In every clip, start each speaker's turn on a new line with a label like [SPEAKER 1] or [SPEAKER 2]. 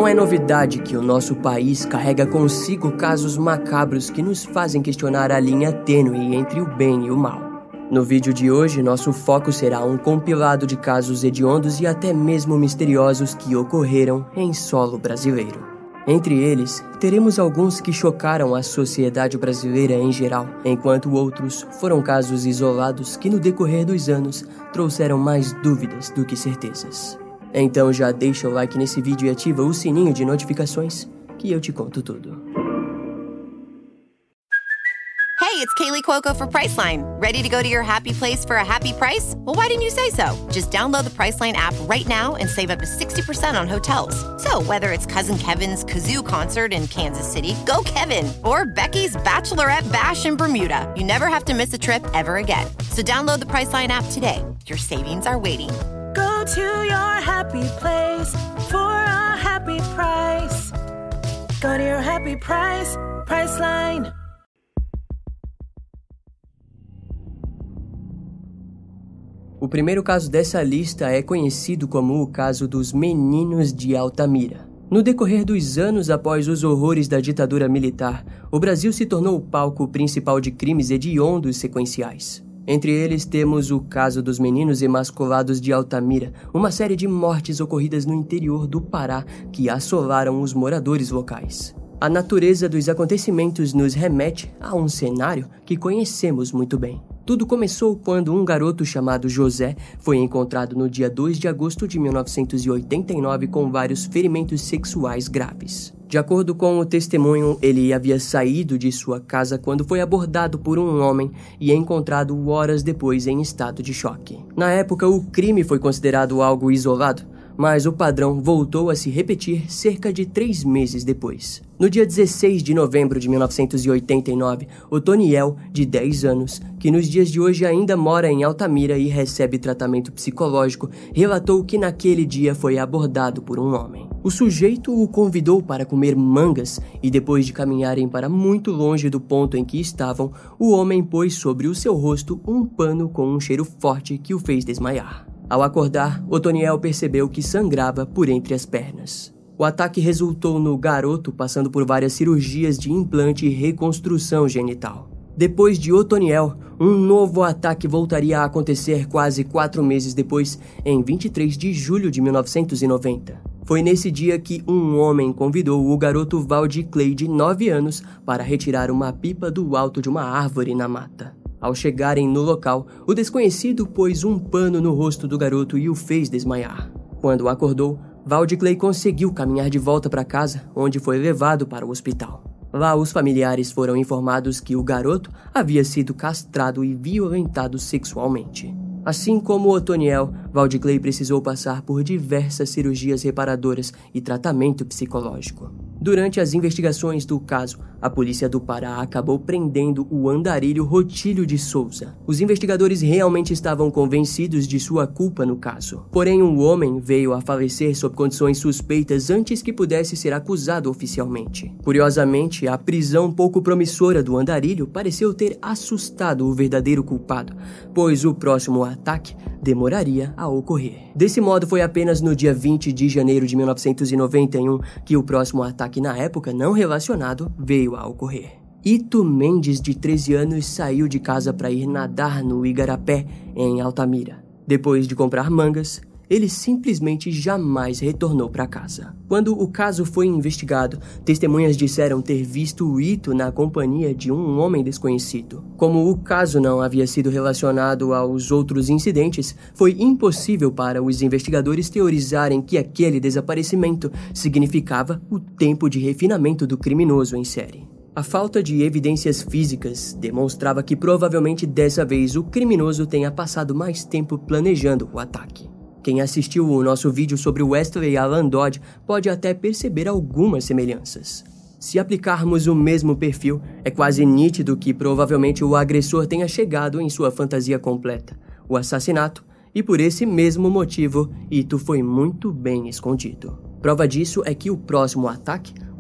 [SPEAKER 1] Não é novidade que o nosso país carrega consigo casos macabros que nos fazem questionar a linha tênue entre o bem e o mal. No vídeo de hoje, nosso foco será um compilado de casos hediondos e até mesmo misteriosos que ocorreram em solo brasileiro. Entre eles, teremos alguns que chocaram a sociedade brasileira em geral, enquanto outros foram casos isolados que no decorrer dos anos trouxeram mais dúvidas do que certezas. Então já deixa o like nesse vídeo e ativa o sininho de notificações que eu te conto tudo.
[SPEAKER 2] Hey, it's Kaylee Cuoco for Priceline. Ready to go to your happy place for a happy price? Well, why didn't you say so? Just download the Priceline app right now and save up to 60% on hotels. So whether it's Cousin Kevin's Kazoo Concert in Kansas City, go Kevin, or Becky's Bachelorette Bash in Bermuda, you never have to miss a trip ever again. So download the Priceline app today. Your savings are waiting.
[SPEAKER 3] Go to your happy place for a happy price. Go to your happy price, Priceline.
[SPEAKER 1] O primeiro caso dessa lista é conhecido como o caso dos Meninos de Altamira. No decorrer dos anos após os horrores da ditadura militar, o Brasil se tornou o palco principal de crimes hediondos sequenciais. Entre eles temos o caso dos Meninos Emasculados de Altamira, uma série de mortes ocorridas no interior do Pará que assolaram os moradores locais. A natureza dos acontecimentos nos remete a um cenário que conhecemos muito bem. Tudo começou quando um garoto chamado José foi encontrado no dia 2 de agosto de 1989 com vários ferimentos sexuais graves. De acordo com o testemunho, ele havia saído de sua casa quando foi abordado por um homem e encontrado horas depois em estado de choque. Na época, o crime foi considerado algo isolado, mas o padrão voltou a se repetir cerca de 3 meses depois. No dia 16 de novembro de 1989, Otoniel, de 10 anos, que nos dias de hoje ainda mora em Altamira e recebe tratamento psicológico, relatou que naquele dia foi abordado por um homem. O sujeito o convidou para comer mangas e depois de caminharem para muito longe do ponto em que estavam, o homem pôs sobre o seu rosto um pano com um cheiro forte que o fez desmaiar. Ao acordar, Otoniel percebeu que sangrava por entre as pernas. O ataque resultou no garoto passando por várias cirurgias de implante e reconstrução genital. Depois de Otoniel, um novo ataque voltaria a acontecer quase 4 meses depois, em 23 de julho de 1990. Foi nesse dia que um homem convidou o garoto Valdir Clay, de 9 anos, para retirar uma pipa do alto de uma árvore na mata. Ao chegarem no local, o desconhecido pôs um pano no rosto do garoto e o fez desmaiar. Quando acordou, Valdir Clay conseguiu caminhar de volta para casa, onde foi levado para o hospital. Lá, os familiares foram informados que o garoto havia sido castrado e violentado sexualmente. Assim como Otoniel, Valdir Clay precisou passar por diversas cirurgias reparadoras e tratamento psicológico. Durante as investigações do caso, a polícia do Pará acabou prendendo o andarilho Rotílio de Souza. Os investigadores realmente estavam convencidos de sua culpa no caso. Porém, o homem veio a falecer sob condições suspeitas antes que pudesse ser acusado oficialmente. Curiosamente, a prisão pouco promissora do andarilho pareceu ter assustado o verdadeiro culpado, pois o próximo ataque demoraria a ocorrer. Desse modo, foi apenas no dia 20 de janeiro de 1991 que o próximo ataque, na época não relacionado, veio a ocorrer. Ito Mendes, de 13 anos, saiu de casa para ir nadar no Igarapé, em Altamira. Depois de comprar mangas, ele simplesmente jamais retornou para casa. Quando o caso foi investigado, testemunhas disseram ter visto o Ito na companhia de um homem desconhecido. Como o caso não havia sido relacionado aos outros incidentes, foi impossível para os investigadores teorizarem que aquele desaparecimento significava o tempo de refinamento do criminoso em série. A falta de evidências físicas demonstrava que provavelmente dessa vez o criminoso tenha passado mais tempo planejando o ataque. Quem assistiu o nosso vídeo sobre Wesley Alan Dodge pode até perceber algumas semelhanças. Se aplicarmos o mesmo perfil, é quase nítido que provavelmente o agressor tenha chegado em sua fantasia completa, o assassinato, e por esse mesmo motivo, Ito foi muito bem escondido. Prova disso é que o próximo ataque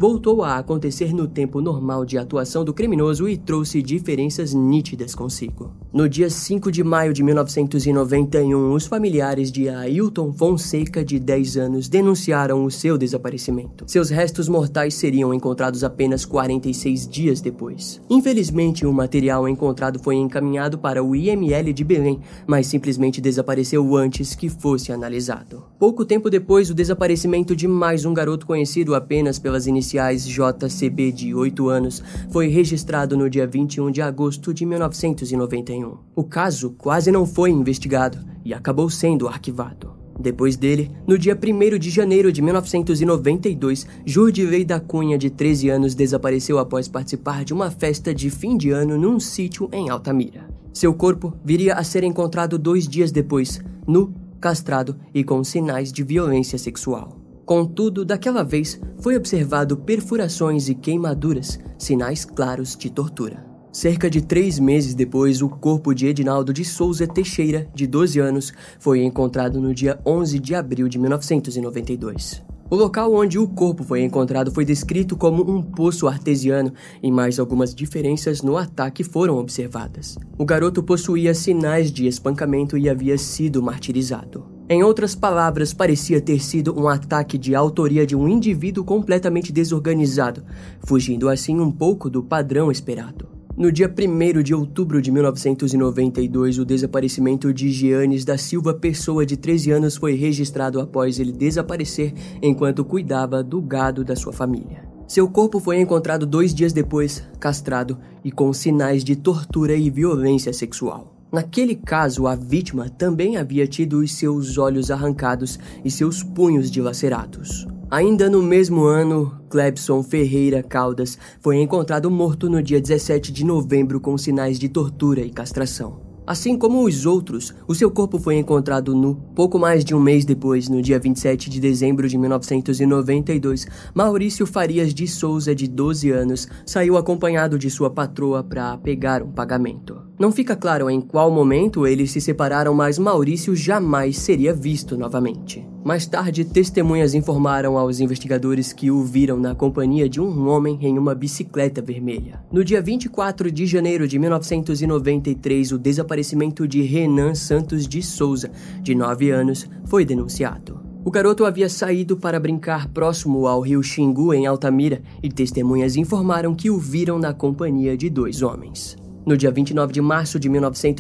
[SPEAKER 1] voltou a acontecer no tempo normal de atuação do criminoso e trouxe diferenças nítidas consigo. No dia 5 de maio de 1991, os familiares de Ailton Fonseca, de 10 anos, denunciaram o seu desaparecimento. Seus restos mortais seriam encontrados apenas 46 dias depois. Infelizmente, o material encontrado foi encaminhado para o IML de Belém, mas simplesmente desapareceu antes que fosse analisado. Pouco tempo depois, o desaparecimento de mais um garoto conhecido apenas pelas iniciais JCB, de 8 anos, foi registrado no dia 21 de agosto de 1991. O caso quase não foi investigado e acabou sendo arquivado. Depois dele, no dia 1º de janeiro de 1992, Jordilei da Cunha, de 13 anos, desapareceu após participar de uma festa de fim de ano num sítio em Altamira. Seu corpo viria a ser encontrado 2 dias depois, nu, castrado e com sinais de violência sexual. Contudo, daquela vez, foi observado perfurações e queimaduras, sinais claros de tortura. Cerca de 3 meses depois, o corpo de Edinaldo de Souza Teixeira, de 12 anos, foi encontrado no dia 11 de abril de 1992. O local onde o corpo foi encontrado foi descrito como um poço artesiano e mais algumas diferenças no ataque foram observadas. O garoto possuía sinais de espancamento e havia sido martirizado. Em outras palavras, parecia ter sido um ataque de autoria de um indivíduo completamente desorganizado, fugindo assim um pouco do padrão esperado. No dia 1º de outubro de 1992, o desaparecimento de Giannis da Silva Pessoa, de 13 anos, foi registrado após ele desaparecer enquanto cuidava do gado da sua família. Seu corpo foi encontrado 2 dias depois, castrado e com sinais de tortura e violência sexual. Naquele caso, a vítima também havia tido os seus olhos arrancados e seus punhos dilacerados. Ainda no mesmo ano, Clebson Ferreira Caldas foi encontrado morto no dia 17 de novembro com sinais de tortura e castração. Assim como os outros, o seu corpo foi encontrado nu. Pouco mais de um mês depois, no dia 27 de dezembro de 1992, Maurício Farias de Souza, de 12 anos, saiu acompanhado de sua patroa para pegar um pagamento. Não fica claro em qual momento eles se separaram, mas Maurício jamais seria visto novamente. Mais tarde, testemunhas informaram aos investigadores que o viram na companhia de um homem em uma bicicleta vermelha. No dia 24 de janeiro de 1993, o desaparecimento de Renan Santos de Souza, de 9 anos, foi denunciado. O garoto havia saído para brincar próximo ao rio Xingu, em Altamira, e testemunhas informaram que o viram na companhia de 2 homens. No dia 29 de março de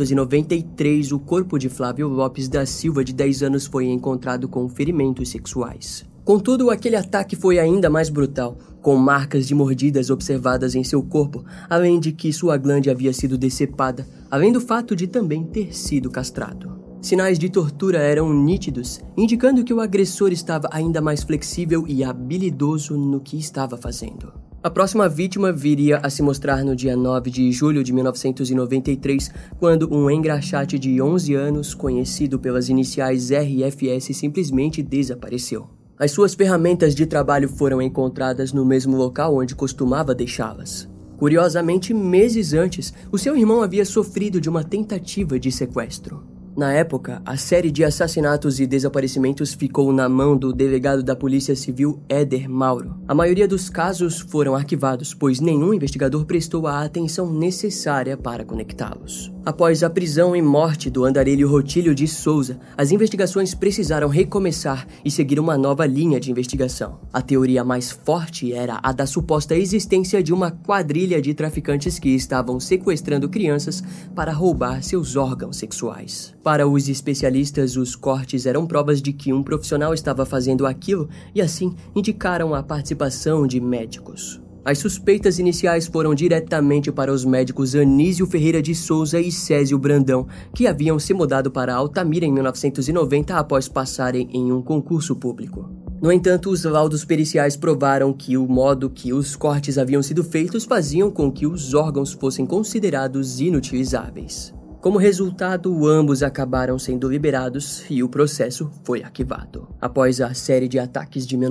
[SPEAKER 1] 1993, o corpo de Flávio Lopes da Silva, de 10 anos, foi encontrado com ferimentos sexuais. Contudo, aquele ataque foi ainda mais brutal, com marcas de mordidas observadas em seu corpo, além de que sua glande havia sido decepada, além do fato de também ter sido castrado. Sinais de tortura eram nítidos, indicando que o agressor estava ainda mais flexível e habilidoso no que estava fazendo. A próxima vítima viria a se mostrar no dia 9 de julho de 1993, quando um engraxate de 11 anos, conhecido pelas iniciais RFS, simplesmente desapareceu. As suas ferramentas de trabalho foram encontradas no mesmo local onde costumava deixá-las. Curiosamente, meses antes, o seu irmão havia sofrido de uma tentativa de sequestro. Na época, a série de assassinatos e desaparecimentos ficou na mão do delegado da Polícia Civil Éder Mauro. A maioria dos casos foram arquivados, pois nenhum investigador prestou a atenção necessária para conectá-los. Após a prisão e morte do andarilho Rotílio de Souza, as investigações precisaram recomeçar e seguir uma nova linha de investigação. A teoria mais forte era a da suposta existência de uma quadrilha de traficantes que estavam sequestrando crianças para roubar seus órgãos sexuais. Para os especialistas, os cortes eram provas de que um profissional estava fazendo aquilo e assim indicaram a participação de médicos. As suspeitas iniciais foram diretamente para os médicos Anísio Ferreira de Souza e Césio Brandão, que haviam se mudado para Altamira em 1990 após passarem em um concurso público. No entanto, os laudos periciais provaram que o modo que os cortes haviam sido feitos faziam com que os órgãos fossem considerados inutilizáveis. Como resultado, ambos acabaram sendo liberados e o processo foi arquivado. Após a série de ataques de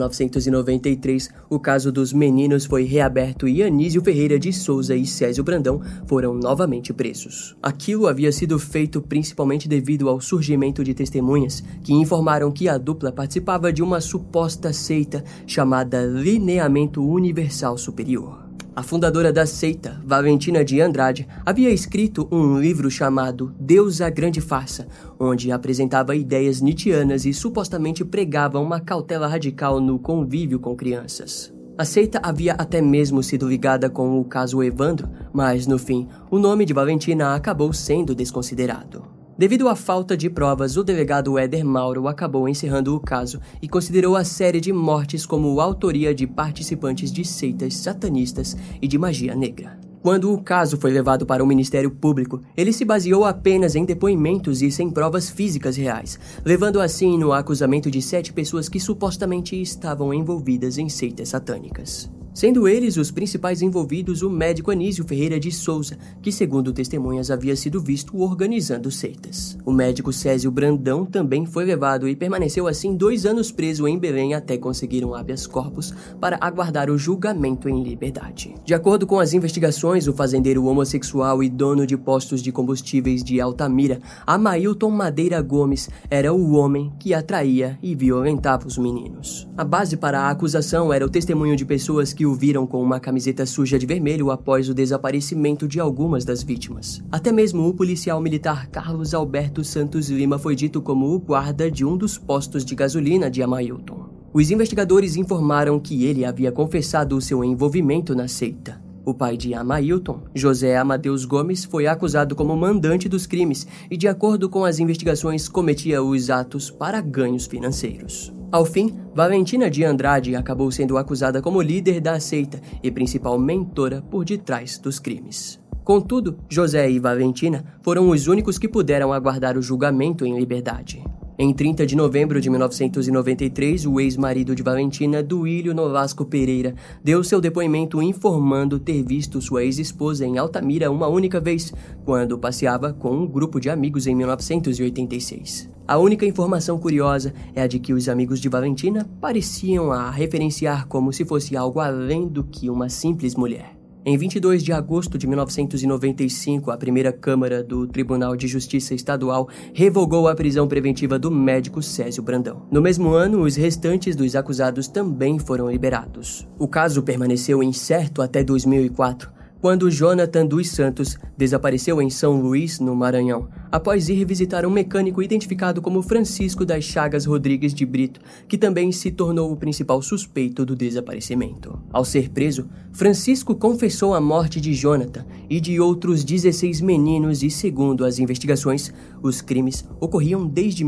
[SPEAKER 1] 1993, o caso dos meninos foi reaberto e Anísio Ferreira de Souza e Césio Brandão foram novamente presos. Aquilo havia sido feito principalmente devido ao surgimento de testemunhas que informaram que a dupla participava de uma suposta seita chamada Lineamento Universal Superior. A fundadora da seita, Valentina de Andrade, havia escrito um livro chamado Deus a Grande Farsa, onde apresentava ideias nietzschianas e supostamente pregava uma cautela radical no convívio com crianças. A seita havia até mesmo sido ligada com o caso Evandro, mas no fim, o nome de Valentina acabou sendo desconsiderado. Devido à falta de provas, o delegado Éder Mauro acabou encerrando o caso e considerou a série de mortes como autoria de participantes de seitas satanistas e de magia negra. Quando o caso foi levado para o Ministério Público, ele se baseou apenas em depoimentos e sem provas físicas reais, levando assim no acusamento de 7 pessoas que supostamente estavam envolvidas em seitas satânicas. Sendo eles os principais envolvidos o médico Anísio Ferreira de Souza, que segundo testemunhas havia sido visto organizando seitas. O médico Césio Brandão também foi levado e permaneceu assim 2 anos preso em Belém até conseguir um habeas corpus para aguardar o julgamento em liberdade. De acordo com as investigações, o fazendeiro homossexual e dono de postos de combustíveis de Altamira, Amailton Madeira Gomes, era o homem que atraía e violentava os meninos. A base para a acusação era o testemunho de pessoas que o viram com uma camiseta suja de vermelho após o desaparecimento de algumas das vítimas. Até mesmo o policial militar Carlos Alberto Santos Lima foi dito como o guarda de um dos postos de gasolina de Amailton. Os investigadores informaram que ele havia confessado o seu envolvimento na seita. O pai de Amailton, José Amadeus Gomes, foi acusado como mandante dos crimes e, de acordo com as investigações, cometia os atos para ganhos financeiros. Ao fim, Valentina de Andrade acabou sendo acusada como líder da seita e principal mentora por detrás dos crimes. Contudo, José e Valentina foram os únicos que puderam aguardar o julgamento em liberdade. Em 30 de novembro de 1993, o ex-marido de Valentina, Duílio Nolasco Pereira, deu seu depoimento informando ter visto sua ex-esposa em Altamira uma única vez, quando passeava com um grupo de amigos em 1986. A única informação curiosa é a de que os amigos de Valentina pareciam a referenciar como se fosse algo além do que uma simples mulher. Em 22 de agosto de 1995, a primeira Câmara do Tribunal de Justiça Estadual revogou a prisão preventiva do médico Césio Brandão. No mesmo ano, os restantes dos acusados também foram liberados. O caso permaneceu incerto até 2004, quando Jonathan dos Santos desapareceu em São Luís, no Maranhão, após ir visitar um mecânico identificado como Francisco das Chagas Rodrigues de Brito, que também se tornou o principal suspeito do desaparecimento. Ao ser preso, Francisco confessou a morte de Jonathan e de outros 16 meninos e, segundo as investigações, os crimes ocorriam desde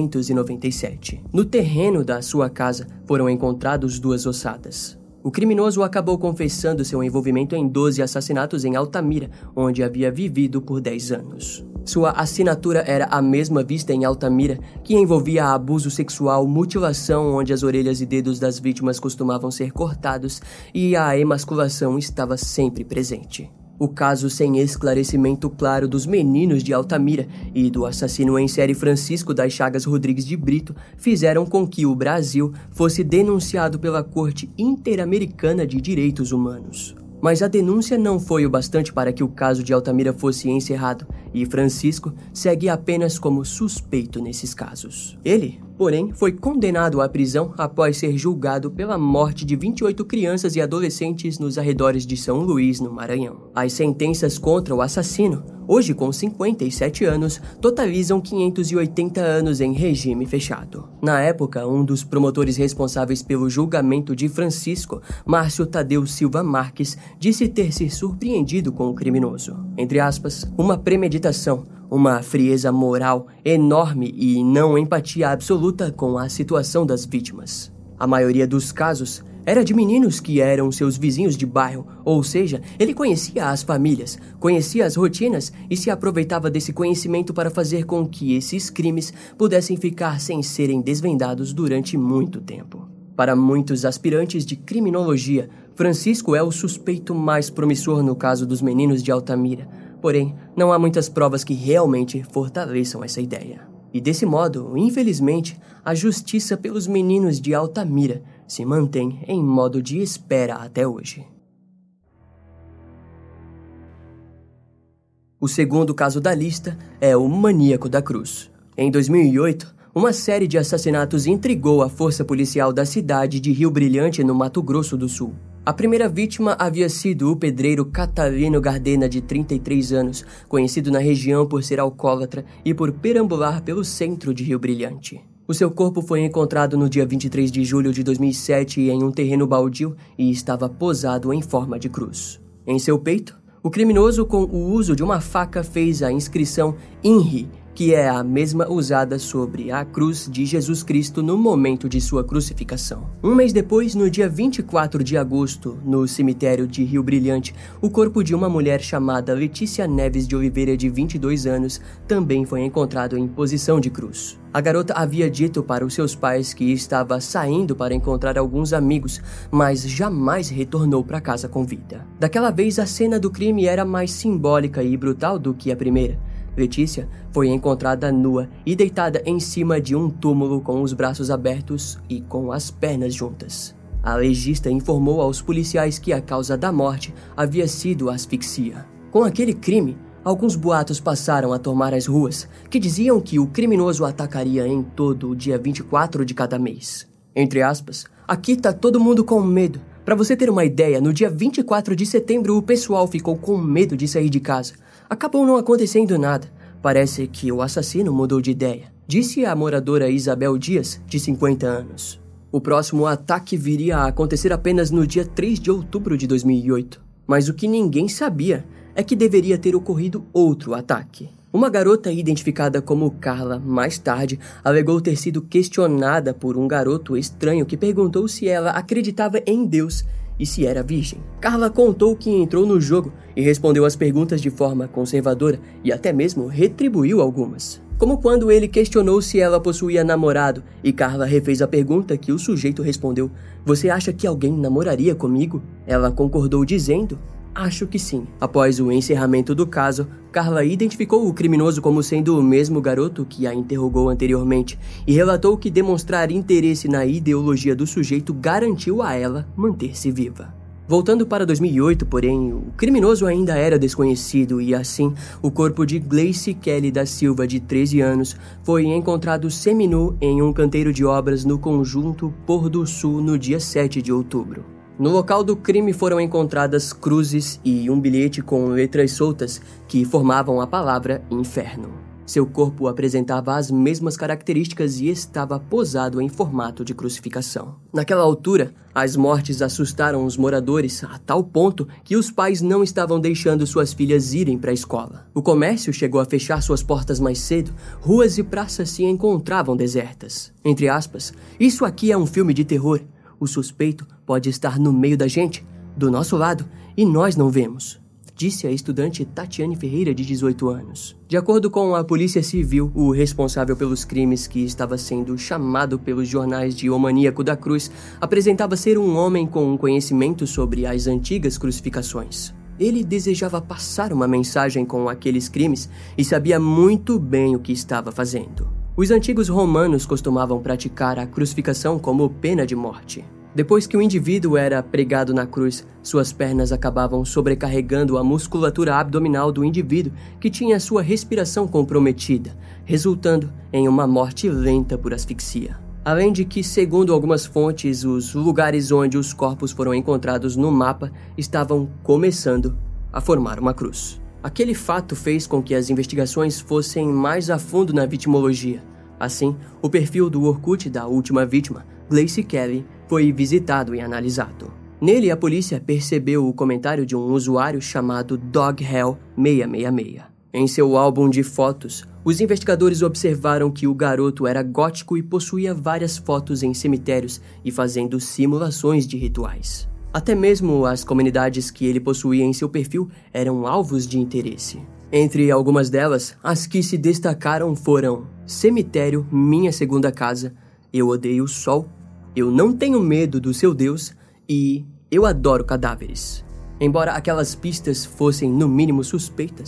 [SPEAKER 1] 1997. No terreno da sua casa foram encontrados 2 ossadas. O criminoso acabou confessando seu envolvimento em 12 assassinatos em Altamira, onde havia vivido por 10 anos. Sua assinatura era a mesma vista em Altamira, que envolvia abuso sexual, mutilação onde as orelhas e dedos das vítimas costumavam ser cortados e a emasculação estava sempre presente. O caso sem esclarecimento claro dos meninos de Altamira e do assassino em série Francisco das Chagas Rodrigues de Brito fizeram com que o Brasil fosse denunciado pela Corte Interamericana de Direitos Humanos. Mas a denúncia não foi o bastante para que o caso de Altamira fosse encerrado, e Francisco segue apenas como suspeito nesses casos. Ele, porém, foi condenado à prisão após ser julgado pela morte de 28 crianças e adolescentes nos arredores de São Luís, no Maranhão. As sentenças contra o assassino, hoje com 57 anos, totalizam 580 anos em regime fechado. Na época, um dos promotores responsáveis pelo julgamento de Francisco, Márcio Tadeu Silva Marques, disse ter se surpreendido com o criminoso. Entre aspas, uma premeditação, uma frieza moral enorme e não empatia absoluta com a situação das vítimas. A maioria dos casos era de meninos que eram seus vizinhos de bairro, ou seja, ele conhecia as famílias, conhecia as rotinas e se aproveitava desse conhecimento para fazer com que esses crimes pudessem ficar sem serem desvendados durante muito tempo. Para muitos aspirantes de criminologia, Francisco é o suspeito mais promissor no caso dos meninos de Altamira, Porém, não há muitas provas que realmente fortaleçam essa ideia. E desse modo, infelizmente, a justiça pelos meninos de Altamira se mantém em modo de espera até hoje. O segundo caso da lista é o Maníaco da Cruz. Em 2008, uma série de assassinatos intrigou a força policial da cidade de Rio Brilhante, no Mato Grosso do Sul. A primeira vítima havia sido o pedreiro Catalino Gardena, de 33 anos, conhecido na região por ser alcoólatra e por perambular pelo centro de Rio Brilhante. O seu corpo foi encontrado no dia 23 de julho de 2007 em um terreno baldio e estava posado em forma de cruz. Em seu peito, o criminoso, com o uso de uma faca, fez a inscrição INRI, que é a mesma usada sobre a cruz de Jesus Cristo no momento de sua crucificação. Um mês depois, no dia 24 de agosto, no cemitério de Rio Brilhante, o corpo de uma mulher chamada Letícia Neves de Oliveira, de 22 anos, também foi encontrado em posição de cruz. A garota havia dito para os seus pais que estava saindo para encontrar alguns amigos, mas jamais retornou para casa com vida. Daquela vez, a cena do crime era mais simbólica e brutal do que a primeira. Letícia foi encontrada nua e deitada em cima de um túmulo com os braços abertos e com as pernas juntas. A legista informou aos policiais que a causa da morte havia sido asfixia. Com aquele crime, alguns boatos passaram a tomar as ruas, que diziam que o criminoso atacaria em todo o dia 24 de cada mês. Entre aspas, aqui tá todo mundo com medo. Para você ter uma ideia, no dia 24 de setembro o pessoal ficou com medo de sair de casa. Acabou não acontecendo nada. Parece que o assassino mudou de ideia, disse a moradora Isabel Dias, de 50 anos. O próximo ataque viria a acontecer apenas no dia 3 de outubro de 2008. Mas o que ninguém sabia é que deveria ter ocorrido outro ataque. Uma garota identificada como Carla, mais tarde, alegou ter sido questionada por um garoto estranho que perguntou se ela acreditava em Deus e se era virgem. Carla contou que entrou no jogo e respondeu as perguntas de forma conservadora e até mesmo retribuiu algumas. Como quando ele questionou se ela possuía namorado e Carla refez a pergunta que o sujeito respondeu: "Você acha que alguém namoraria comigo?" Ela concordou dizendo: "Acho que sim." Após o encerramento do caso, Carla identificou o criminoso como sendo o mesmo garoto que a interrogou anteriormente e relatou que demonstrar interesse na ideologia do sujeito garantiu a ela manter-se viva. Voltando para 2008, porém, o criminoso ainda era desconhecido e, assim, o corpo de Gleice Kelly da Silva, de 13 anos, foi encontrado seminu em um canteiro de obras no conjunto Pôr do Sul no dia 7 de outubro. No local do crime foram encontradas cruzes e um bilhete com letras soltas que formavam a palavra inferno. Seu corpo apresentava as mesmas características e estava posado em formato de crucificação. Naquela altura, as mortes assustaram os moradores a tal ponto que os pais não estavam deixando suas filhas irem para a escola. O comércio chegou a fechar suas portas mais cedo, ruas e praças se encontravam desertas. Entre aspas, isso aqui é um filme de terror. O suspeito pode estar no meio da gente, do nosso lado, e nós não vemos, disse a estudante Tatiane Ferreira, de 18 anos. De acordo com a Polícia Civil, o responsável pelos crimes, que estava sendo chamado pelos jornais de O Maníaco da Cruz, apresentava ser um homem com um conhecimento sobre as antigas crucificações. Ele desejava passar uma mensagem com aqueles crimes e sabia muito bem o que estava fazendo. Os antigos romanos costumavam praticar a crucificação como pena de morte. Depois que o indivíduo era pregado na cruz, suas pernas acabavam sobrecarregando a musculatura abdominal do indivíduo, que tinha sua respiração comprometida, resultando em uma morte lenta por asfixia. Além de que, segundo algumas fontes, os lugares onde os corpos foram encontrados no mapa estavam começando a formar uma cruz. Aquele fato fez com que as investigações fossem mais a fundo na vitimologia. Assim, o perfil do Orkut da última vítima, Gleice Kelly, foi visitado e analisado. Nele, a polícia percebeu o comentário de um usuário chamado DogHell666. Em seu álbum de fotos, os investigadores observaram que o garoto era gótico e possuía várias fotos em cemitérios e fazendo simulações de rituais. Até mesmo as comunidades que ele possuía em seu perfil eram alvos de interesse. Entre algumas delas, as que se destacaram foram Cemitério, Minha Segunda Casa, Eu Odeio o Sol, Eu Não Tenho Medo do Seu Deus e Eu Adoro Cadáveres. Embora aquelas pistas fossem no mínimo suspeitas,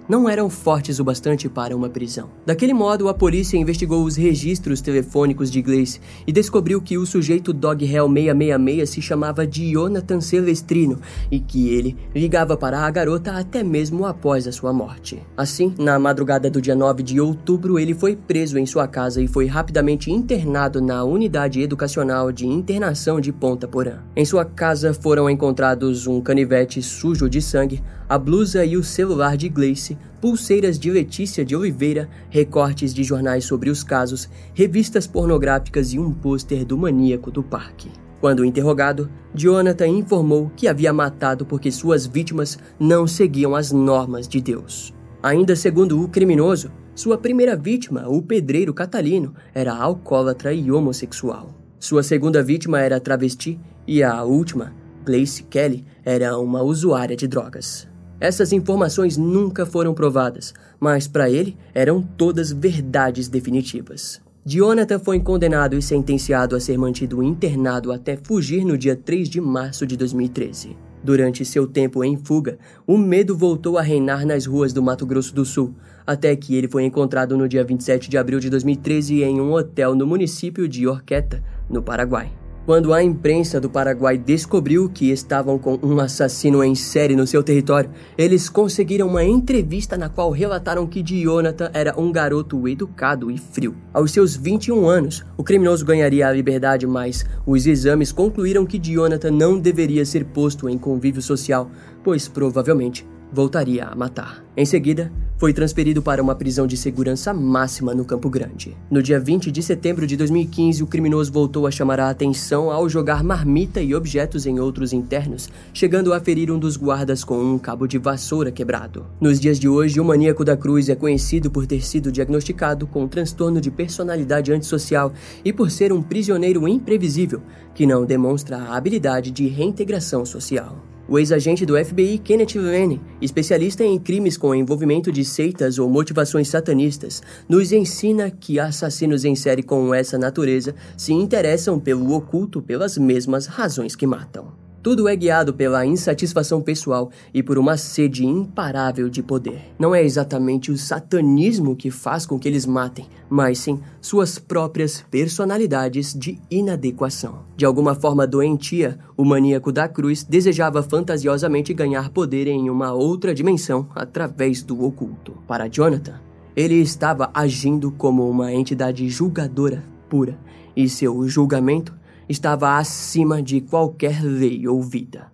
[SPEAKER 1] não eram fortes o bastante para uma prisão. Daquele modo, a polícia investigou os registros telefônicos de Gleice e descobriu que o sujeito Dog Hell 666 se chamava Jonathan Celestrino e que ele ligava para a garota até mesmo após a sua morte. Assim, na madrugada do dia 9 de outubro, ele foi preso em sua casa e foi rapidamente internado na unidade educacional de internação de Ponta Porã. Em sua casa foram encontrados um canivete sujo de sangue, a blusa e o celular de Gleice, pulseiras de Letícia de Oliveira, recortes de jornais sobre os casos, revistas pornográficas e um pôster do maníaco do parque. Quando interrogado, Jonathan informou que havia matado porque suas vítimas não seguiam as normas de Deus. Ainda segundo o criminoso, sua primeira vítima, o pedreiro Catalino, era alcoólatra e homossexual. Sua segunda vítima era travesti e a última, Gleice Kelly, era uma usuária de drogas. Essas informações nunca foram provadas, mas para ele eram todas verdades definitivas. Jonathan foi condenado e sentenciado a ser mantido internado até fugir no dia 3 de março de 2013. Durante seu tempo em fuga, o medo voltou a reinar nas ruas do Mato Grosso do Sul, até que ele foi encontrado no dia 27 de abril de 2013 em um hotel no município de Horqueta, no Paraguai. Quando a imprensa do Paraguai descobriu que estavam com um assassino em série no seu território, eles conseguiram uma entrevista na qual relataram que Jonathan era um garoto educado e frio. Aos seus 21 anos, o criminoso ganharia a liberdade, mas os exames concluíram que Jonathan não deveria ser posto em convívio social, pois provavelmente voltaria a matar. Em seguida, foi transferido para uma prisão de segurança máxima no Campo Grande. No dia 20 de setembro de 2015, o criminoso voltou a chamar a atenção ao jogar marmita e objetos em outros internos, chegando a ferir um dos guardas com um cabo de vassoura quebrado. Nos dias de hoje, o maníaco da Cruz é conhecido por ter sido diagnosticado com transtorno de personalidade antissocial e por ser um prisioneiro imprevisível, que não demonstra a habilidade de reintegração social. O ex-agente do FBI, Kenneth Lane, especialista em crimes com envolvimento de seitas ou motivações satanistas, nos ensina que assassinos em série com essa natureza se interessam pelo oculto pelas mesmas razões que matam. Tudo é guiado pela insatisfação pessoal e por uma sede imparável de poder. Não é exatamente o satanismo que faz com que eles matem, mas sim suas próprias personalidades de inadequação. De alguma forma doentia, o maníaco da Cruz desejava fantasiosamente ganhar poder em uma outra dimensão através do oculto. Para Jonathan, ele estava agindo como uma entidade julgadora pura, e seu julgamento estava acima de qualquer lei ou vida.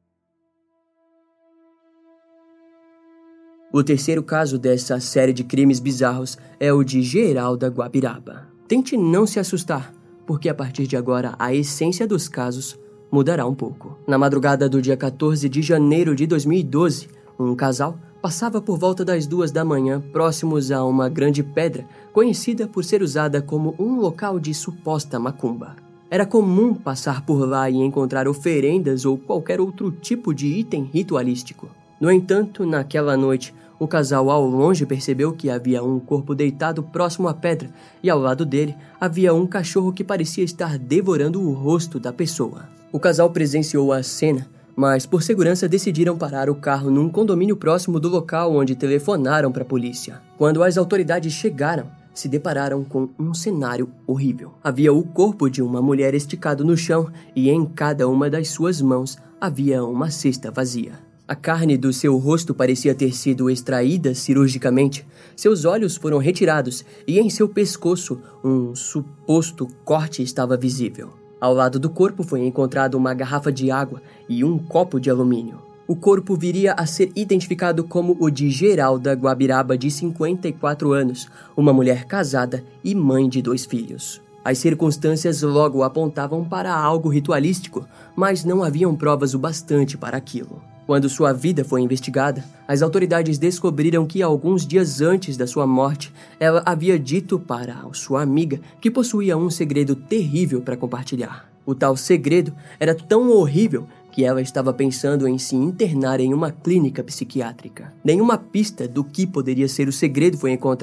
[SPEAKER 1] O terceiro caso dessa série de crimes bizarros é o de Geralda Guabiraba. Tente não se assustar, porque a partir de agora a essência dos casos mudará um pouco. Na madrugada do dia 14 de janeiro de 2012, um casal passava por volta das 2 da manhã próximos a uma grande pedra, conhecida por ser usada como um local de suposta macumba. Era comum passar por lá e encontrar oferendas ou qualquer outro tipo de item ritualístico. No entanto, naquela noite, o casal ao longe percebeu que havia um corpo deitado próximo à pedra e ao lado dele havia um cachorro que parecia estar devorando o rosto da pessoa. O casal presenciou a cena, mas por segurança decidiram parar o carro num condomínio próximo do local onde telefonaram para a polícia. Quando as autoridades chegaram, se depararam com um cenário horrível. Havia o corpo de uma mulher esticado no chão e em cada uma das suas mãos havia uma cesta vazia. A carne do seu rosto parecia ter sido extraída cirurgicamente, seus olhos foram retirados e em seu pescoço um suposto corte estava visível. Ao lado do corpo foi encontrada uma garrafa de água e um copo de alumínio. O corpo viria a ser identificado como o de Geralda Guabiraba, de 54 anos, uma mulher casada e mãe de 2 filhos. As circunstâncias logo apontavam para algo ritualístico, mas não haviam provas o bastante para aquilo. Quando sua vida foi investigada, as autoridades descobriram que alguns dias antes da sua morte, ela havia dito para sua amiga que possuía um segredo terrível para compartilhar. O tal segredo era tão horrível que ela estava pensando em se internar em uma clínica psiquiátrica. Nenhuma pista do que poderia ser o segredo foi encontrada,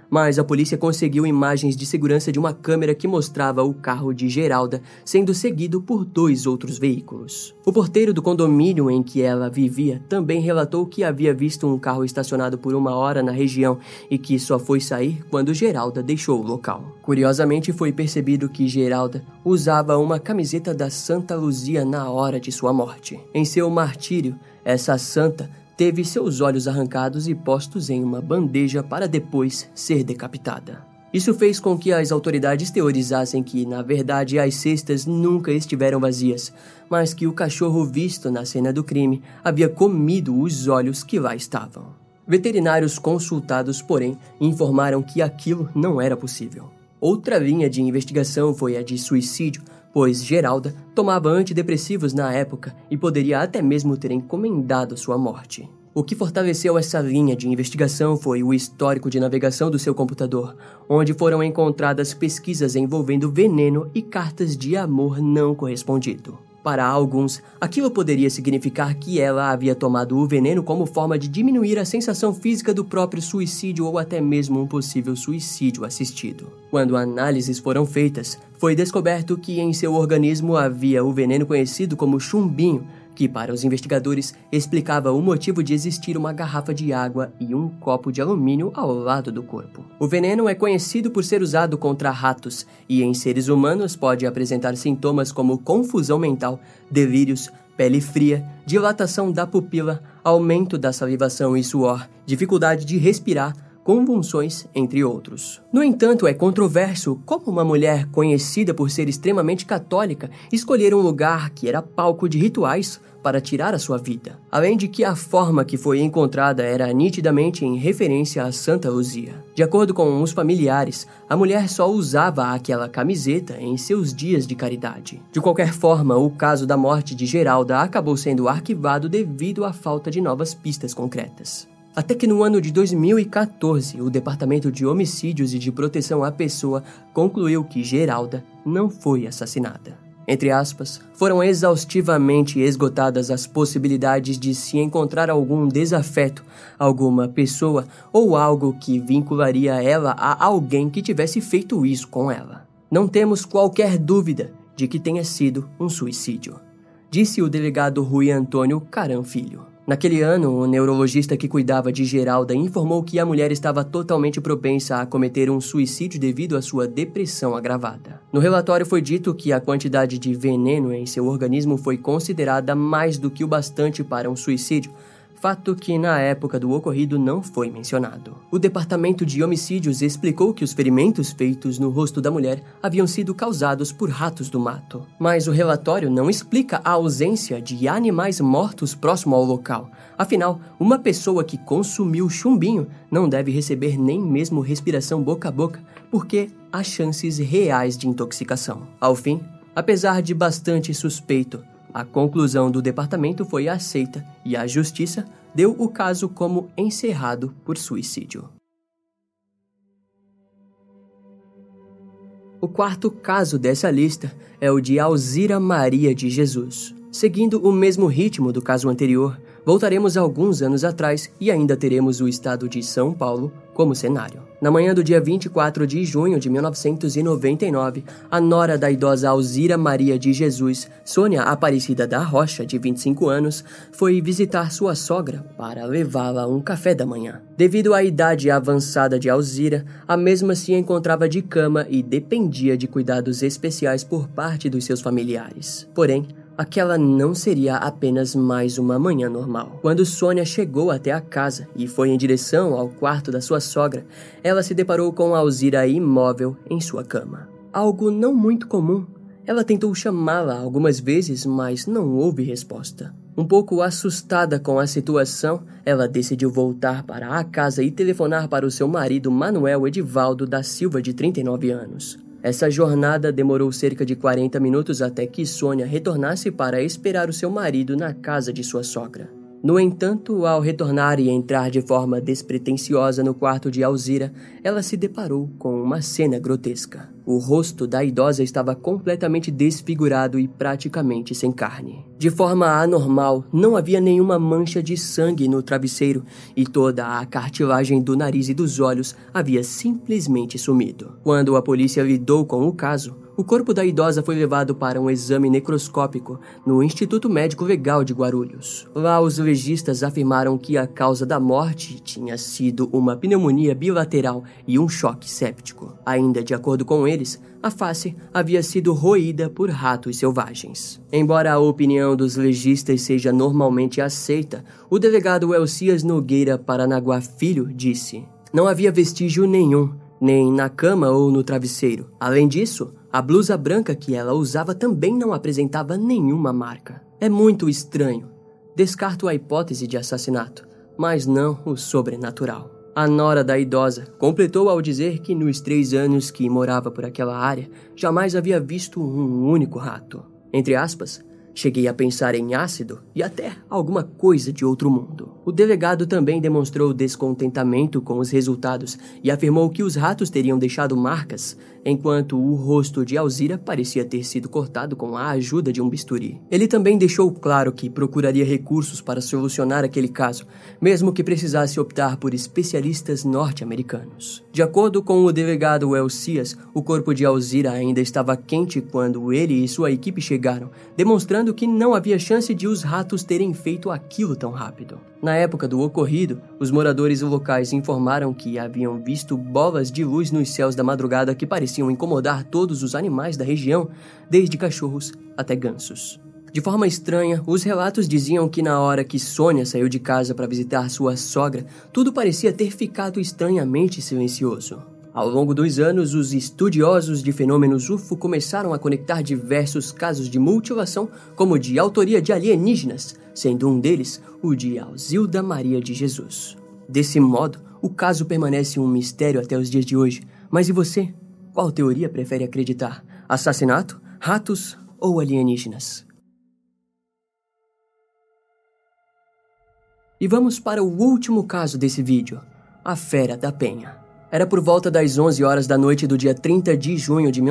[SPEAKER 1] mas a polícia conseguiu imagens de segurança de uma câmera que mostrava o carro de Geralda sendo seguido por 2 outros veículos. O porteiro do condomínio em que ela vivia também relatou que havia visto um carro estacionado por 1 hora na região e que só foi sair quando Geralda deixou o local. Curiosamente, foi percebido que Geralda usava uma camiseta da Santa Luzia na hora de sua morte. Em seu martírio, essa santa teve seus olhos arrancados e postos em uma bandeja para depois ser decapitada. Isso fez com que as autoridades teorizassem que, na verdade, as cestas nunca estiveram vazias, mas que o cachorro visto na cena do crime havia comido os olhos que lá estavam. Veterinários consultados, porém, informaram que aquilo não era possível. Outra linha de investigação foi a de suicídio, pois Geralda tomava antidepressivos na época e poderia até mesmo ter encomendado sua morte. O que fortaleceu essa linha de investigação foi o histórico de navegação do seu computador, onde foram encontradas pesquisas envolvendo veneno e cartas de amor não correspondido. Para alguns, aquilo poderia significar que ela havia tomado o veneno como forma de diminuir a sensação física do próprio suicídio ou até mesmo um possível suicídio assistido. Quando análises foram feitas, foi descoberto que em seu organismo havia o veneno conhecido como chumbinho, que para os investigadores explicava o motivo de existir uma garrafa de água e um copo de alumínio ao lado do corpo. O veneno é conhecido por ser usado contra ratos e em seres humanos pode apresentar sintomas como confusão mental, delírios, pele fria, dilatação da pupila, aumento da salivação e suor, dificuldade de respirar, convulsões, entre outros. No entanto, é controverso como uma mulher conhecida por ser extremamente católica escolher um lugar que era palco de rituais para tirar a sua vida. Além de que a forma que foi encontrada era nitidamente em referência a Santa Luzia. De acordo com os familiares, a mulher só usava aquela camiseta em seus dias de caridade. De qualquer forma, o caso da morte de Geralda acabou sendo arquivado devido à falta de novas pistas concretas. Até que no ano de 2014, o Departamento de Homicídios e de Proteção à Pessoa concluiu que Geralda não foi assassinada. Entre aspas, foram exaustivamente esgotadas as possibilidades de se encontrar algum desafeto, alguma pessoa ou algo que vincularia ela a alguém que tivesse feito isso com ela. Não temos qualquer dúvida de que tenha sido um suicídio, disse o delegado Rui Antônio Caram Filho. Naquele ano, o neurologista que cuidava de Geralda informou que a mulher estava totalmente propensa a cometer um suicídio devido à sua depressão agravada. No relatório foi dito que a quantidade de veneno em seu organismo foi considerada mais do que o bastante para um suicídio, fato que na época do ocorrido não foi mencionado. O Departamento de Homicídios explicou que os ferimentos feitos no rosto da mulher haviam sido causados por ratos do mato. Mas o relatório não explica a ausência de animais mortos próximo ao local. Afinal, uma pessoa que consumiu chumbinho não deve receber nem mesmo respiração boca a boca, porque há chances reais de intoxicação. Ao fim, apesar de bastante suspeito, a conclusão do departamento foi aceita e a justiça deu o caso como encerrado por suicídio. O quarto caso dessa lista é o de Alzira Maria de Jesus. Seguindo o mesmo ritmo do caso anterior, voltaremos alguns anos atrás e ainda teremos o estado de São Paulo como cenário. Na manhã do dia 24 de junho de 1999, a nora da idosa Alzira Maria de Jesus, Sônia Aparecida da Rocha, de 25 anos, foi visitar sua sogra para levá-la um café da manhã. Devido à idade avançada de Alzira, a mesma se encontrava de cama e dependia de cuidados especiais por parte dos seus familiares. Porém, aquela não seria apenas mais uma manhã normal. Quando Sônia chegou até a casa e foi em direção ao quarto da sua sogra, ela se deparou com Alzira imóvel em sua cama. Algo não muito comum. Ela tentou chamá-la algumas vezes, mas não houve resposta. Um pouco assustada com a situação, ela decidiu voltar para a casa e telefonar para o seu marido Manuel Edivaldo da Silva, de 39 anos. Essa jornada demorou cerca de 40 minutos até que Sônia retornasse para esperar o seu marido na casa de sua sogra. No entanto, ao retornar e entrar de forma despretensiosa no quarto de Alzira, ela se deparou com uma cena grotesca. O rosto da idosa estava completamente desfigurado e praticamente sem carne. De forma anormal, não havia nenhuma mancha de sangue no travesseiro e toda a cartilagem do nariz e dos olhos havia simplesmente sumido. Quando a polícia lidou com o caso, o corpo da idosa foi levado para um exame necroscópico no Instituto Médico Legal de Guarulhos. Lá, os legistas afirmaram que a causa da morte tinha sido uma pneumonia bilateral e um choque séptico. Ainda de acordo com eles, a face havia sido roída por ratos selvagens. Embora a opinião dos legistas seja normalmente aceita, o delegado Elcias Nogueira Paranaguá Filho disse: "Não havia vestígio nenhum, nem na cama ou no travesseiro. Além disso, a blusa branca que ela usava também não apresentava nenhuma marca. É muito estranho. Descarto a hipótese de assassinato, mas não o sobrenatural." A nora da idosa completou ao dizer que nos 3 anos que morava por aquela área, jamais havia visto um único rato. Entre aspas, cheguei a pensar em ácido e até alguma coisa de outro mundo. O delegado também demonstrou descontentamento com os resultados e afirmou que os ratos teriam deixado marcas, enquanto o rosto de Alzira parecia ter sido cortado com a ajuda de um bisturi. Ele também deixou claro que procuraria recursos para solucionar aquele caso, mesmo que precisasse optar por especialistas norte-americanos. De acordo com o delegado Elcias, o corpo de Alzira ainda estava quente quando ele e sua equipe chegaram, demonstrando que não havia chance de os ratos terem feito aquilo tão rápido. Na época do ocorrido, os moradores locais informaram que haviam visto bolas de luz nos céus da madrugada que pareciam incomodar todos os animais da região, desde cachorros até gansos. De forma estranha, os relatos diziam que na hora que Sônia saiu de casa para visitar sua sogra, tudo parecia ter ficado estranhamente silencioso. Ao longo dos anos, os estudiosos de fenômenos UFO começaram a conectar diversos casos de mutilação como de autoria de alienígenas, sendo um deles o de Alzilda Maria de Jesus. Desse modo, o caso permanece um mistério até os dias de hoje. Mas e você? Qual teoria prefere acreditar? Assassinato, ratos ou alienígenas? E vamos para o último caso desse vídeo, a Fera da Penha. Era por volta das 11 horas da noite do dia 30 de junho de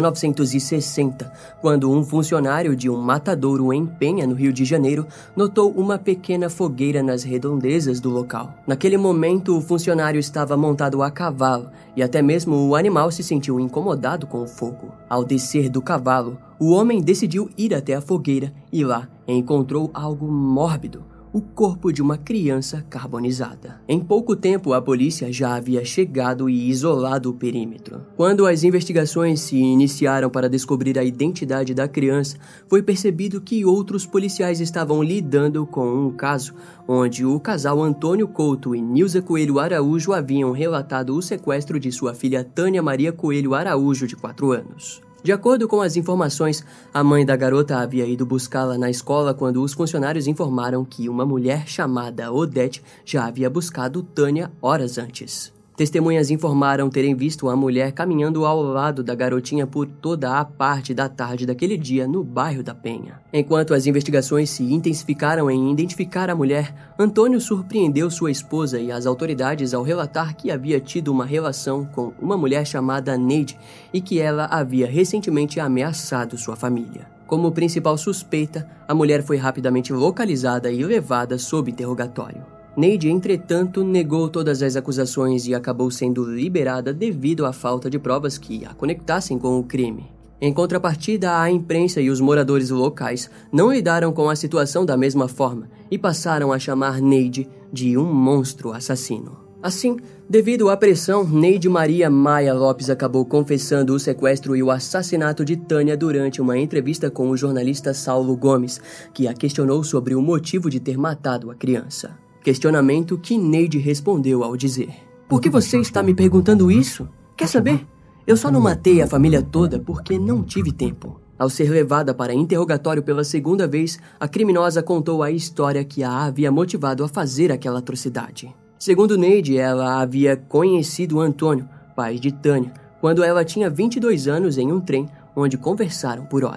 [SPEAKER 1] 1960, quando um funcionário de um matadouro em Penha, no Rio de Janeiro, notou uma pequena fogueira nas redondezas do local. Naquele momento, o funcionário estava montado a cavalo e até mesmo o animal se sentiu incomodado com o fogo. Ao descer do cavalo, o homem decidiu ir até a fogueira e lá encontrou algo mórbido: o corpo de uma criança carbonizada. Em pouco tempo, a polícia já havia chegado e isolado o perímetro. Quando as investigações se iniciaram para descobrir a identidade da criança, foi percebido que outros policiais estavam lidando com um caso onde o casal Antônio Couto e Nilza Coelho Araújo haviam relatado o sequestro de sua filha Tânia Maria Coelho Araújo, de 4 anos. De acordo com as informações, a mãe da garota havia ido buscá-la na escola quando os funcionários informaram que uma mulher chamada Odete já havia buscado Tânia horas antes. Testemunhas informaram terem visto a mulher caminhando ao lado da garotinha por toda a parte da tarde daquele dia no bairro da Penha. Enquanto as investigações se intensificaram em identificar a mulher, Antônio surpreendeu sua esposa e as autoridades ao relatar que havia tido uma relação com uma mulher chamada Neide e que ela havia recentemente ameaçado sua família. Como principal suspeita, a mulher foi rapidamente localizada e levada sob interrogatório. Neide, entretanto, negou todas as acusações e acabou sendo liberada devido à falta de provas que a conectassem com o crime. Em contrapartida, a imprensa e os moradores locais não lidaram com a situação da mesma forma e passaram a chamar Neide de um monstro assassino. Assim, devido à pressão, Neide Maria Maia Lopes acabou confessando o sequestro e o assassinato de Tânia durante uma entrevista com o jornalista Saulo Gomes, que a questionou sobre o motivo de ter matado a criança. Questionamento que Neide respondeu ao dizer: "Por que você está me perguntando isso? Quer saber? Eu só não matei a família toda porque não tive tempo." Ao ser levada para interrogatório pela segunda vez, a criminosa contou a história que a havia motivado a fazer aquela atrocidade. Segundo Neide, ela havia conhecido Antônio, pai de Tânia, quando ela tinha 22 anos em um trem onde conversaram por horas.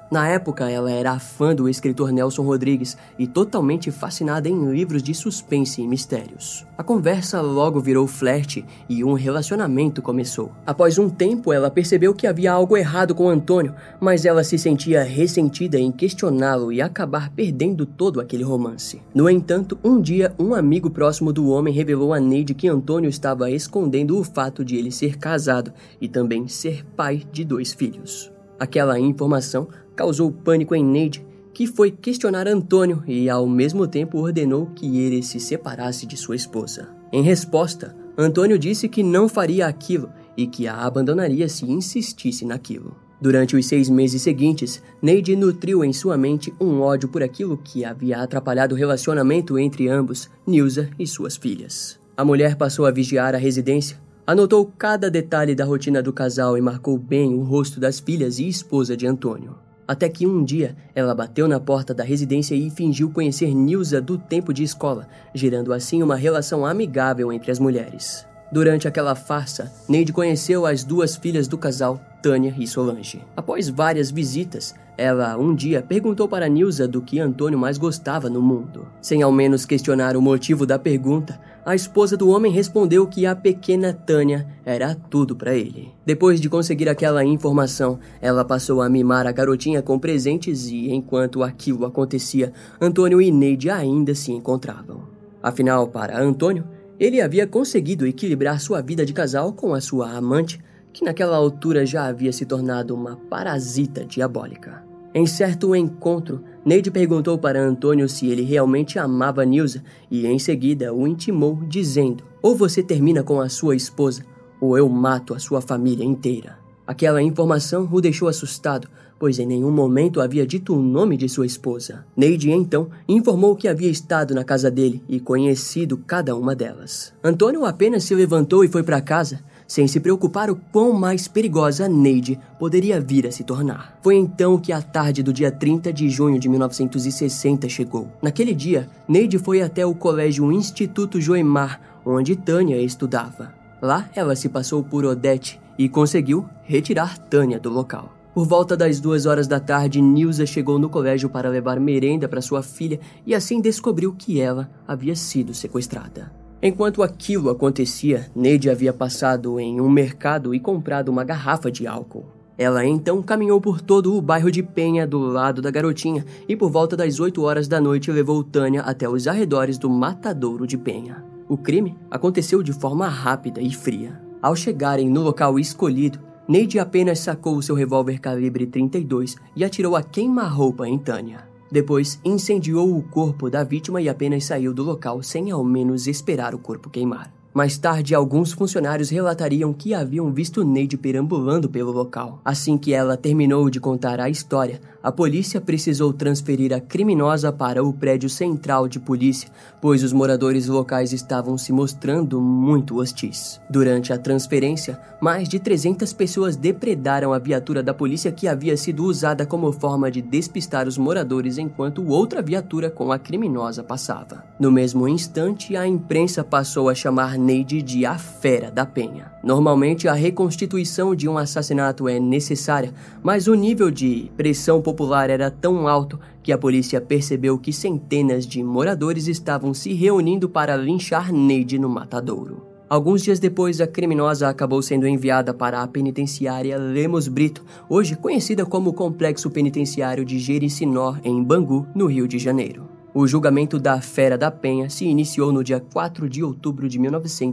[SPEAKER 1] Na época, ela era fã do escritor Nelson Rodrigues e totalmente fascinada em livros de suspense e mistérios. A conversa logo virou flerte e um relacionamento começou. Após um tempo, ela percebeu que havia algo errado com Antônio, mas ela se sentia ressentida em questioná-lo e acabar perdendo todo aquele romance. No entanto, um dia, um amigo próximo do homem revelou a Neide que Antônio estava escondendo o fato de ele ser casado e também ser pai de 2 filhos. Aquela informação causou pânico em Neide, que foi questionar Antônio e ao mesmo tempo ordenou que ele se separasse de sua esposa. Em resposta, Antônio disse que não faria aquilo e que a abandonaria se insistisse naquilo. Durante os 6 meses seguintes, Neide nutriu em sua mente um ódio por aquilo que havia atrapalhado o relacionamento entre ambos, Nilza e suas filhas. A mulher passou a vigiar a residência, anotou cada detalhe da rotina do casal e marcou bem o rosto das filhas e esposa de Antônio. Até que um dia, ela bateu na porta da residência e fingiu conhecer Nilza do tempo de escola, gerando assim uma relação amigável entre as mulheres. Durante aquela farsa, Neide conheceu as 2 filhas do casal, Tânia e Solange. Após várias visitas, ela um dia perguntou para Nilza do que Antônio mais gostava no mundo. Sem ao menos questionar o motivo da pergunta, a esposa do homem respondeu que a pequena Tânia era tudo para ele. Depois de conseguir aquela informação, ela passou a mimar a garotinha com presentes e, enquanto aquilo acontecia, Antônio e Neide ainda se encontravam. Afinal, para Antônio, ele havia conseguido equilibrar sua vida de casal com a sua amante, que naquela altura já havia se tornado uma parasita diabólica. Em certo encontro, Neide perguntou para Antônio se ele realmente amava Nilza e em seguida o intimou dizendo: ou você termina com a sua esposa, ou eu mato a sua família inteira. Aquela informação o deixou assustado, pois em nenhum momento havia dito o nome de sua esposa. Neide, então, informou que havia estado na casa dele e conhecido cada uma delas. Antônio apenas se levantou e foi para casa, sem se preocupar o quão mais perigosa Neide poderia vir a se tornar. Foi então que a tarde do dia 30 de junho de 1960 chegou. Naquele dia, Neide foi até o colégio Instituto Joemar, onde Tânia estudava. Lá, ela se passou por Odete e conseguiu retirar Tânia do local. Por volta das 2 horas da tarde, Nilza chegou no colégio para levar merenda para sua filha e assim descobriu que ela havia sido sequestrada. Enquanto aquilo acontecia, Neide havia passado em um mercado e comprado uma garrafa de álcool. Ela então caminhou por todo o bairro de Penha do lado da garotinha e por volta das 8 horas da noite levou Tânia até os arredores do matadouro de Penha. O crime aconteceu de forma rápida e fria. Ao chegarem no local escolhido, Neide apenas sacou o seu revólver calibre 32 e atirou a queima-roupa em Tânia. Depois, incendiou o corpo da vítima e apenas saiu do local sem ao menos esperar o corpo queimar. Mais tarde, alguns funcionários relatariam que haviam visto Neide perambulando pelo local. Assim que ela terminou de contar a história, a polícia precisou transferir a criminosa para o prédio central de polícia, pois os moradores locais estavam se mostrando muito hostis. Durante a transferência, mais de 300 pessoas depredaram a viatura da polícia que havia sido usada como forma de despistar os moradores enquanto outra viatura com a criminosa passava. No mesmo instante, a imprensa passou a chamar Neide de a Fera da Penha. Normalmente, a reconstituição de um assassinato é necessária, mas o nível de pressão popular era tão alto que a polícia percebeu que centenas de moradores estavam se reunindo para linchar Neide no matadouro. Alguns dias depois, a criminosa acabou sendo enviada para a penitenciária Lemos Brito, hoje conhecida como Complexo Penitenciário de Jericinó, em Bangu, no Rio de Janeiro. O julgamento da Fera da Penha se iniciou no dia 4 de outubro de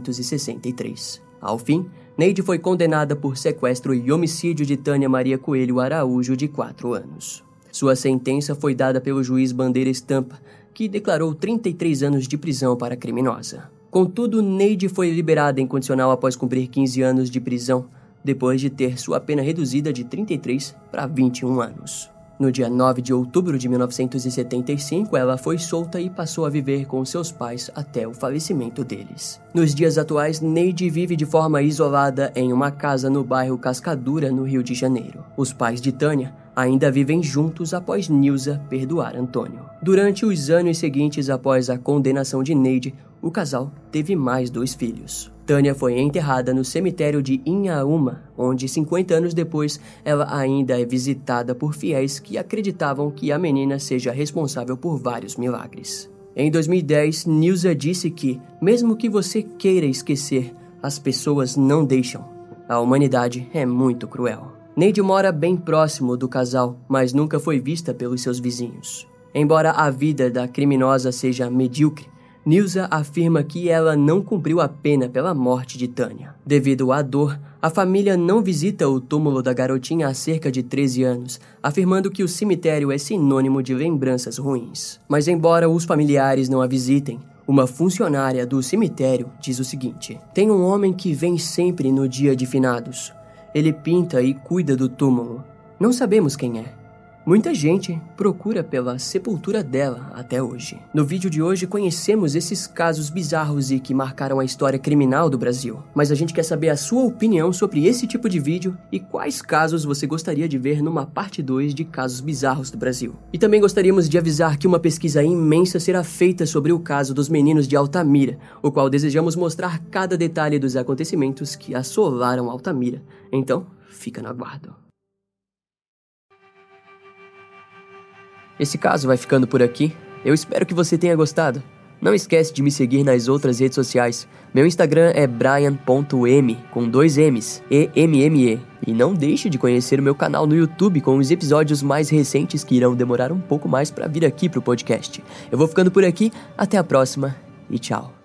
[SPEAKER 1] 1963. Ao fim, Neide foi condenada por sequestro e homicídio de Tânia Maria Coelho Araújo, de 4 anos. Sua sentença foi dada pelo juiz Bandeira Estampa, que declarou 33 anos de prisão para a criminosa. Contudo, Neide foi liberada em condicional após cumprir 15 anos de prisão, depois de ter sua pena reduzida de 33 para 21 anos. No dia 9 de outubro de 1975, ela foi solta e passou a viver com seus pais até o falecimento deles. Nos dias atuais, Neide vive de forma isolada em uma casa no bairro Cascadura, no Rio de Janeiro. Os pais de Tânia ainda vivem juntos após Nilza perdoar Antônio. Durante os anos seguintes após a condenação de Neide, o casal teve mais 2 filhos. Tânia foi enterrada no cemitério de Inhaúma, onde 50 anos depois ela ainda é visitada por fiéis que acreditavam que a menina seja responsável por vários milagres. Em 2010, Nilza disse que, mesmo que você queira esquecer, as pessoas não deixam. A humanidade é muito cruel. Neide mora bem próximo do casal, mas nunca foi vista pelos seus vizinhos. Embora a vida da criminosa seja medíocre, Nilza afirma que ela não cumpriu a pena pela morte de Tânia. Devido à dor, a família não visita o túmulo da garotinha há cerca de 13 anos, afirmando que o cemitério é sinônimo de lembranças ruins. Mas embora os familiares não a visitem, uma funcionária do cemitério diz o seguinte: tem um homem que vem sempre no dia de finados. Ele pinta e cuida do túmulo. Não sabemos quem é. Muita gente procura pela sepultura dela até hoje. No vídeo de hoje conhecemos esses casos bizarros e que marcaram a história criminal do Brasil. Mas a gente quer saber a sua opinião sobre esse tipo de vídeo e quais casos você gostaria de ver numa parte 2 de casos bizarros do Brasil. E também gostaríamos de avisar que uma pesquisa imensa será feita sobre o caso dos meninos de Altamira, o qual desejamos mostrar cada detalhe dos acontecimentos que assolaram Altamira. Então, fica no aguardo. Esse caso vai ficando por aqui. Eu espero que você tenha gostado. Não esquece de me seguir nas outras redes sociais. Meu Instagram é brian.m, com 2 M's, E-M-M-E. E não deixe de conhecer o meu canal no YouTube com os episódios mais recentes que irão demorar um pouco mais para vir aqui pro podcast. Eu vou ficando por aqui, até a próxima e tchau.